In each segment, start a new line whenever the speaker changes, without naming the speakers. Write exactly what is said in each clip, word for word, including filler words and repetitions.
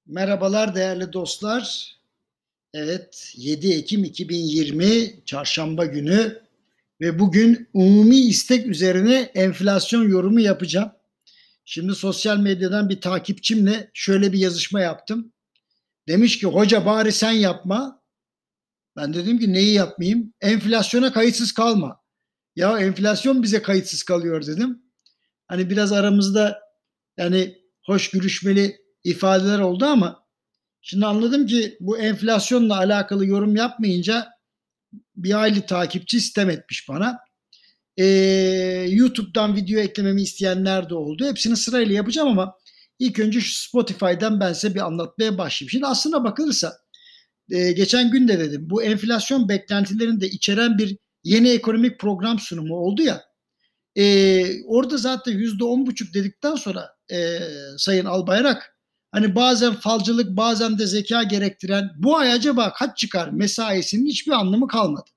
Merhabalar değerli dostlar. Evet, yedi Ekim iki bin yirmi Çarşamba günü ve bugün umumi istek üzerine enflasyon yorumu yapacağım. Şimdi sosyal medyadan bir takipçimle şöyle bir yazışma yaptım. Demiş ki hoca bari sen yapma. Ben dedim ki neyi yapmayayım? Enflasyona kayıtsız kalma. Ya enflasyon bize kayıtsız kalıyor dedim. Hani biraz aramızda yani hoş gülüşmeli ifadeler oldu ama şimdi anladım ki bu enflasyonla alakalı yorum yapmayınca bir hayli takipçi sitem etmiş bana. Ee, YouTube'dan video eklememi isteyenler de oldu. Hepsini sırayla yapacağım ama ilk önce şu Spotify'dan ben size bir anlatmaya başlayayım. Şimdi aslına bakılırsa e, geçen gün de dedim bu enflasyon beklentilerini de içeren bir yeni ekonomik program sunumu oldu ya. E, orada zaten yüzde on buçuk dedikten sonra e, Sayın Albayrak hani bazen falcılık bazen de zeka gerektiren bu ay acaba kaç çıkar mesaisinin hiçbir anlamı kalmadı.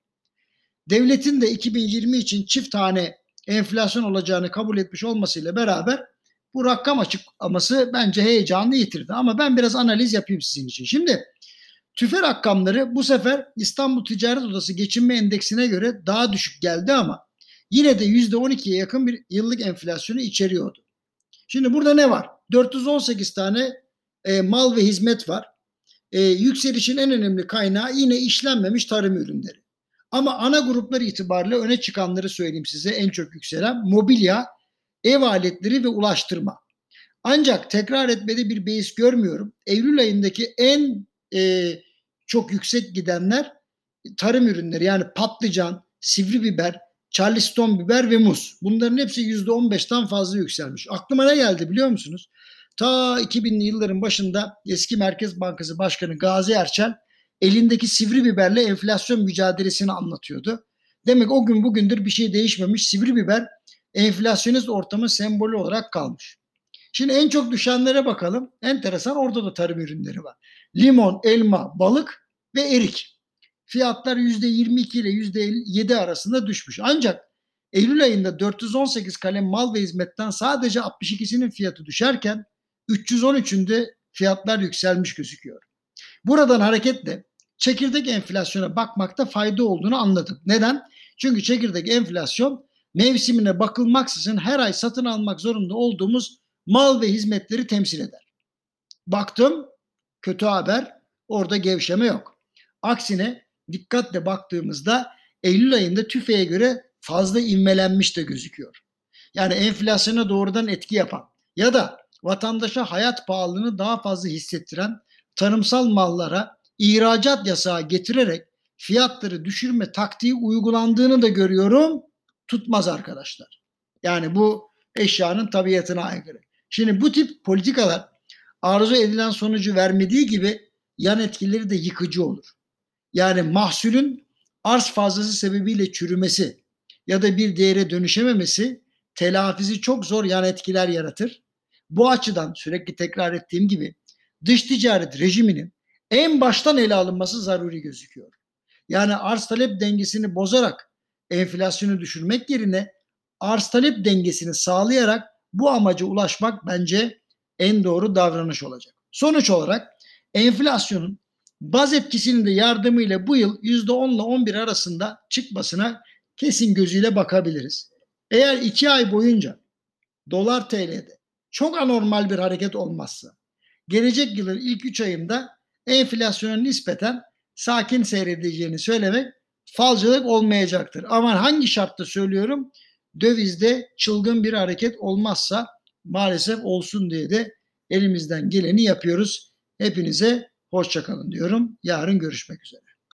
Devletin de iki bin yirmi için çift tane enflasyon olacağını kabul etmiş olmasıyla beraber bu rakam açıklaması bence heyecanını yitirdi. Ama ben biraz analiz yapayım sizin için. Şimdi tüfe rakamları bu sefer İstanbul Ticaret Odası Geçinme Endeksine göre daha düşük geldi ama yine de yüzde on ikiye yakın bir yıllık enflasyonu içeriyordu. Şimdi burada ne var? dört yüz on sekiz tane e, mal ve hizmet var. E, yükselişin en önemli kaynağı yine işlenmemiş tarım ürünleri. Ama ana gruplar itibariyle öne çıkanları söyleyeyim size en çok yükselen mobilya, ev aletleri ve ulaştırma. Ancak tekrar etmede bir beis görmüyorum. Eylül ayındaki en e, çok yüksek gidenler tarım ürünleri yani patlıcan, sivri biber, Charleston biber ve muz. Bunların hepsi yüzde on beşten fazla yükselmiş. Aklıma ne geldi biliyor musunuz? Ta iki binli yılların başında eski Merkez Bankası Başkanı Gazi Erçel elindeki sivri biberle enflasyon mücadelesini anlatıyordu. Demek o gün bugündür bir şey değişmemiş. Sivri biber enflasyonist ortamın sembolü olarak kalmış. Şimdi en çok düşenlere bakalım. Enteresan orada da tarım ürünleri var. Limon, elma, balık ve erik. Fiyatlar yüzde yirmi iki ile yüzde yedi arasında düşmüş. Ancak Eylül ayında dört yüz on sekiz kalem mal ve hizmetten sadece altmış ikisinin fiyatı düşerken üç yüz on üçünde fiyatlar yükselmiş gözüküyor. Buradan hareketle çekirdek enflasyona bakmakta fayda olduğunu anladım. Neden? Çünkü çekirdek enflasyon mevsimine bakılmaksızın her ay satın almak zorunda olduğumuz mal ve hizmetleri temsil eder. Baktım, kötü haber, orada gevşeme yok. Aksine dikkatle baktığımızda Eylül ayında TÜFE'ye göre fazla ivmelenmiş de gözüküyor. Yani enflasyona doğrudan etki yapan ya da vatandaşa hayat pahalılığını daha fazla hissettiren tarımsal mallara ihracat yasağı getirerek fiyatları düşürme taktiği uygulandığını da görüyorum. Tutmaz arkadaşlar. Yani bu eşyanın tabiatına aykırı. Şimdi bu tip politikalar arzu edilen sonucu vermediği gibi yan etkileri de yıkıcı olur. Yani mahsulün arz fazlası sebebiyle çürümesi ya da bir değere dönüşememesi telafisi çok zor yan etkiler yaratır. Bu açıdan sürekli tekrar ettiğim gibi dış ticaret rejiminin en baştan ele alınması zaruri gözüküyor. Yani arz talep dengesini bozarak enflasyonu düşürmek yerine arz talep dengesini sağlayarak bu amaca ulaşmak bence en doğru davranış olacak. Sonuç olarak enflasyonun baz etkisinin de yardımıyla bu yıl yüzde on ile on bir arasında çıkmasına kesin gözüyle bakabiliriz. Eğer iki ay boyunca dolar T L'de çok anormal bir hareket olmazsa gelecek yılın ilk üç ayında enflasyona nispeten sakin seyredeceğini söylemek falcılık olmayacaktır. Ama hangi şartta söylüyorum? Dövizde çılgın bir hareket olmazsa maalesef olsun diye de elimizden geleni yapıyoruz. Hepinize hoşça kalın diyorum. Yarın görüşmek üzere.